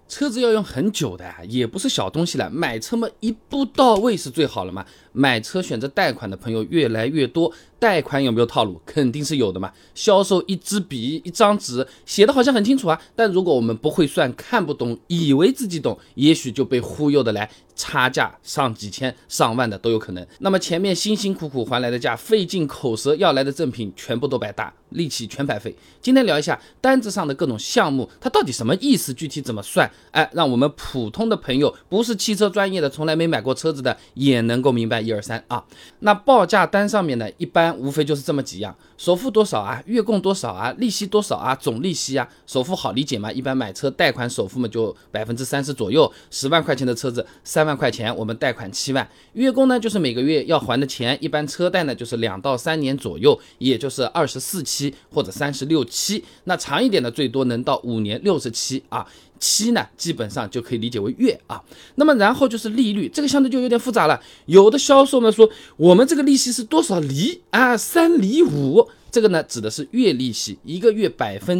车子要用很久的也不是小东西了，买车嘛一步到位是最好了嘛。买车选择贷款的朋友越来越多，贷款有没有套路？肯定是有的嘛。销售一支笔一张纸写的好像很清楚啊，但如果我们不会算，看不懂，以为自己懂，也许就被忽悠的来，差价上几千上万的都有可能。那么前面辛辛苦苦还来的价，费尽口舌要来的赠品全部都白搭，力气全白费。今天聊一下单子上的各种项目，它到底什么意思，具体怎么算，让我们普通的朋友，不是汽车专业的，从来没买过车子的，也能够明白1、2、3啊。那报价单上面呢，一般无非就是这么几样：首付多少啊，月供多少啊，利息多少啊，总利息啊。首付好理解嘛，一般买车贷款首付嘛就30%左右，10万块钱的车子3万块钱，我们贷款7万。月供呢就是每个月要还的钱，一般车贷呢就是2到3年左右，也就是24期或者36期，那长一点的最多能到5年60期啊。期呢基本上就可以理解为月啊。那么然后就是利率，这个相对就有点复杂了。有的销售呢说我们这个利息是多少厘啊，3厘5，这个呢指的是月利息，一个月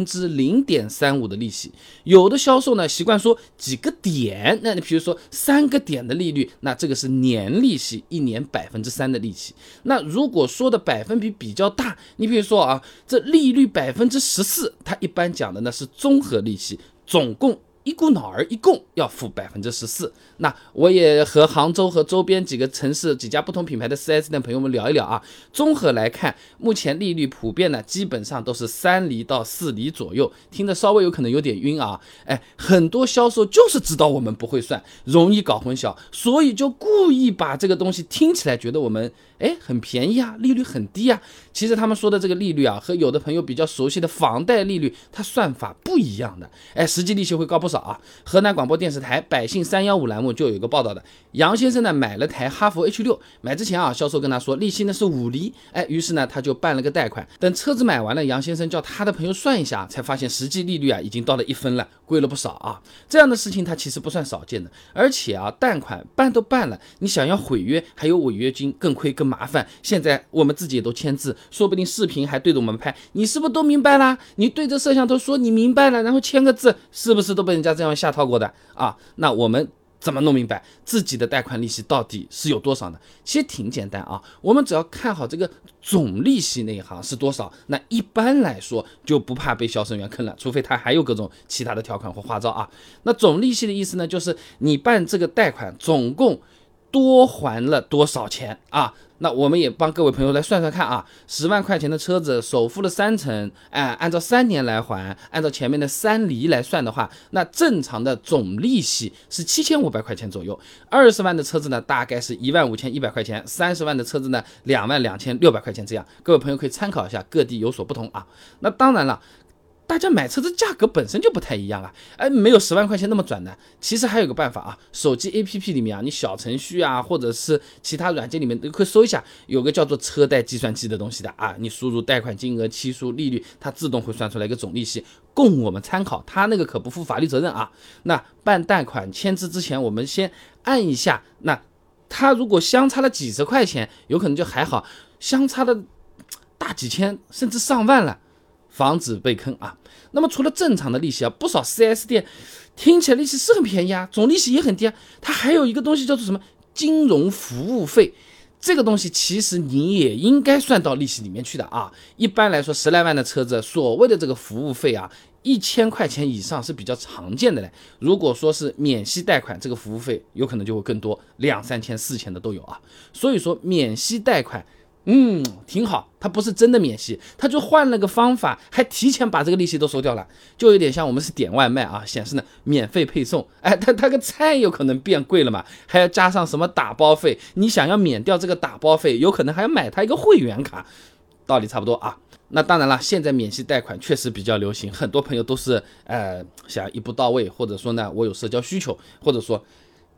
0.35%的利息。有的销售呢习惯说几个点，那你比如说3个点的利率，那这个是年利息，一年3%的利息。那如果说的百分比比较大，你比如说啊，这利率14%，它一般讲的呢是综合利息，总共一股脑儿一共要付14%。那我也和杭州和周边几个城市几家不同品牌的 4S 店朋友们聊一聊啊。综合来看，目前利率普遍呢基本上都是3厘到4厘左右，听得稍微有可能有点晕啊。很多销售就是知道我们不会算，容易搞混淆，所以就故意把这个东西听起来觉得我们很便宜啊，利率很低啊。其实他们说的这个利率啊，和有的朋友比较熟悉的房贷利率，它算法不一样的，实际利息会高不少啊。河南广播电视台百姓315栏目就有一个报道的，杨先生呢买了台哈弗 H6，买之前啊，销售跟他说利息呢是5厘，于是呢他就办了个贷款。等车子买完了，杨先生叫他的朋友算一下，才发现实际利率啊已经到了1分了，贵了不少啊。这样的事情他其实不算少见的，而且啊贷款办都办了，你想要毁约还有违约金，更亏更麻烦。现在我们自己也都签字，说不定视频还对着我们拍，你是不是都明白啦？你对着摄像头说你明白了，然后签个字，是不是都被人家这样下套过的啊？那我们怎么弄明白自己的贷款利息到底是有多少呢？其实挺简单啊，我们只要看好这个总利息那一行是多少，那一般来说就不怕被销售员坑了，除非他还有各种其他的条款或花招啊。那总利息的意思呢，就是你办这个贷款总共多还了多少钱啊？那我们也帮各位朋友来算算看啊，10万块钱的车子首付了30%，按照3年来还，按照前面的3厘来算的话，那正常的总利息是7500块钱左右。20万的车子呢，大概是15100块钱；30万的车子呢，22600块钱这样。各位朋友可以参考一下，各地有所不同啊。那当然了，大家买车子价格本身就不太一样啊，没有10万块钱那么转的。其实还有个办法啊，手机 APP 里面啊，你小程序啊，或者是其他软件里面都可以搜一下，有个叫做车贷计算机的东西的啊，你输入贷款金额、期数、利率，它自动会算出来一个总利息，供我们参考。它那个可不负法律责任啊。那办贷款签字之前，我们先按一下，那它如果相差了几十块钱，有可能就还好，相差了大几千甚至上万了，防止被坑啊。那么除了正常的利息啊，不少 4S 店听起来利息是很便宜啊，总利息也很低啊，它还有一个东西叫做什么金融服务费。这个东西其实你也应该算到利息里面去的啊。一般来说10来万的车子，所谓的这个服务费啊，1000块钱以上是比较常见的嘞。如果说是免息贷款，这个服务费有可能就会更多，2、3千、4千的都有啊。所以说免息贷款挺好，它不是真的免息，它就换了个方法，还提前把这个利息都收掉了，就有点像我们是点外卖啊，显示呢免费配送，它个菜有可能变贵了嘛，还要加上什么打包费，你想要免掉这个打包费，有可能还要买它一个会员卡，道理差不多啊。那当然了，现在免息贷款确实比较流行，很多朋友都是想一步到位，或者说呢我有社交需求，或者说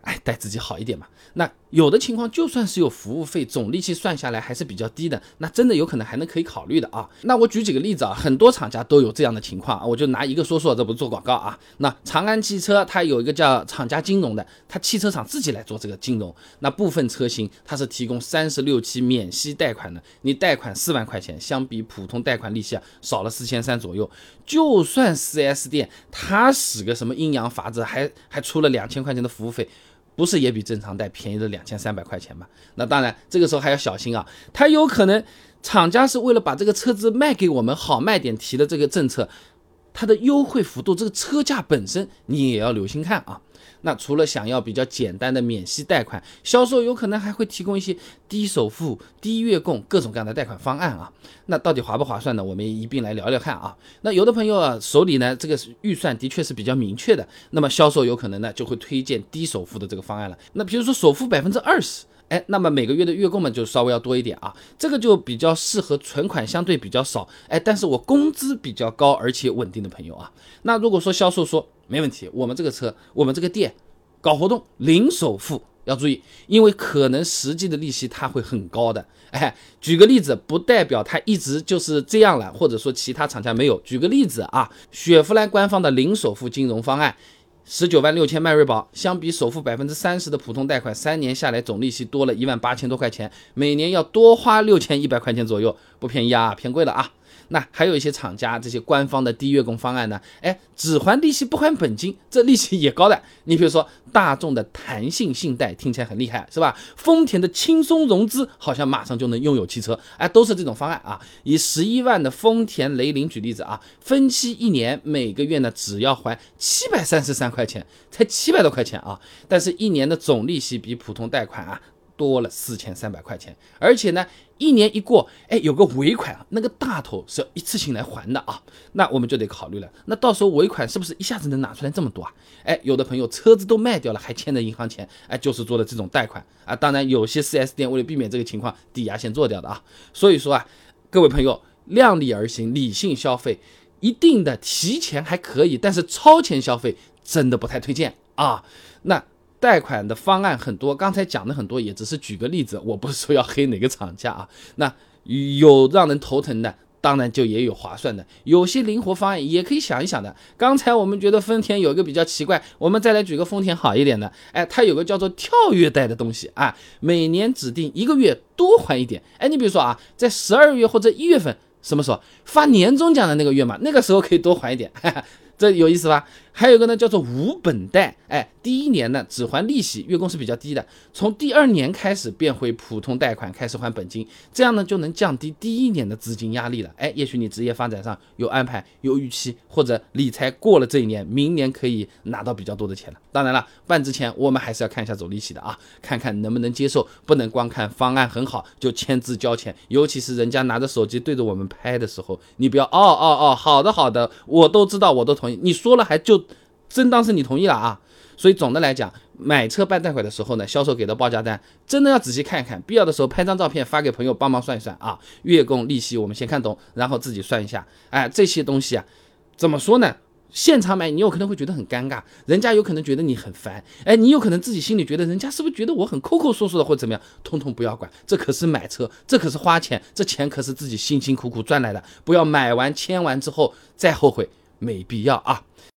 待自己好一点嘛。那有的情况就算是有服务费，总利息算下来还是比较低的，那真的有可能还能可以考虑的啊。那我举几个例子啊，很多厂家都有这样的情况啊，我就拿一个说，这不是做广告啊。那长安汽车它有一个叫厂家金融的，它汽车厂自己来做这个金融，那部分车型它是提供36期免息贷款的，你贷款4万块钱，相比普通贷款利息少了4300左右。就算 4S 店它使个什么阴阳法子，还出了2000块钱的服务费，不是也比正常贷便宜了2300块钱吗？那当然这个时候还要小心啊，它有可能厂家是为了把这个车子卖给我们好卖点提的这个政策，它的优惠幅度，这个车价本身你也要留心看啊。那除了想要比较简单的免息贷款，销售有可能还会提供一些低首付、低月供各种各样的贷款方案啊。那到底划不划算呢？我们一并来聊聊看啊。那有的朋友啊手里呢这个预算的确是比较明确的，那么销售有可能呢就会推荐低首付的这个方案了。那比如说首付20%。那么每个月的月供嘛就稍微要多一点啊，这个就比较适合存款相对比较少，但是我工资比较高而且稳定的朋友啊。那如果说销售说没问题，我们这个车，我们这个店搞活动零首付，要注意，因为可能实际的利息它会很高的。举个例子，不代表它一直就是这样了，或者说其他厂家没有。举个例子啊，雪佛兰官方的零首付金融方案。19万6千迈锐宝，相比首付30%的普通贷款，3年下来总利息多了18000多块钱，每年要多花6100块钱左右，不便宜啊，偏贵了啊。那还有一些厂家这些官方的低月供方案呢，只还利息不还本金，这利息也高的。你比如说大众的弹性信贷听起来很厉害是吧？丰田的轻松融资好像马上就能拥有汽车，都是这种方案啊。以11万的丰田雷凌举例子啊，分期1年，每个月呢只要还733块钱，才700多块钱啊，但是1年的总利息比普通贷款多了4300块钱，而且呢1年一过，有个尾款那个大头是要一次性来还的啊，那我们就得考虑了，那到时候尾款是不是一下子能拿出来这么多啊？有的朋友车子都卖掉了，还欠着银行钱，就是做的这种贷款啊。当然有些 4S 店为了避免这个情况，抵押先做掉的啊。所以说各位朋友量力而行，理性消费，一定的提前还可以，但是超前消费真的不太推荐啊。那贷款的方案很多，刚才讲的很多也只是举个例子，我不是说要黑哪个厂家啊。那有让人头疼的，当然就也有划算的，有些灵活方案也可以想一想的。刚才我们觉得丰田有一个比较奇怪，我们再来举个丰田好一点的，它有个叫做跳跃贷的东西啊，每年指定1个月多还一点。你比如说在12月或者1月份，什么时候发年终奖的那个月嘛，那个时候可以多还一点，这有意思吧？还有一个呢叫做无本贷，第1年呢只还利息，月供是比较低的，从第2年开始变回普通贷款，开始还本金，这样呢就能降低第1年的资金压力了。也许你职业发展上有安排有预期，或者理财过了这1年，明年可以拿到比较多的钱了。当然了，办之前我们还是要看一下走利息的啊，看看能不能接受，不能光看方案很好就签字交钱，尤其是人家拿着手机对着我们拍的时候，你不要好的，我都知道，我都同意，你说了还就真当是你同意了啊。所以总的来讲，买车办贷款的时候呢，销售给的报价单真的要仔细看一看，必要的时候拍张照片发给朋友帮忙算一算啊。月供利息我们先看懂，然后自己算一下。这些东西怎么说呢？现场买你有可能会觉得很尴尬，人家有可能觉得你很烦，你有可能自己心里觉得人家是不是觉得我很抠抠缩缩的或者怎么样，通通不要管，这可是买车，这可是花钱，这钱可是自己辛辛苦苦赚来的，不要买完签完之后再后悔，没必要啊。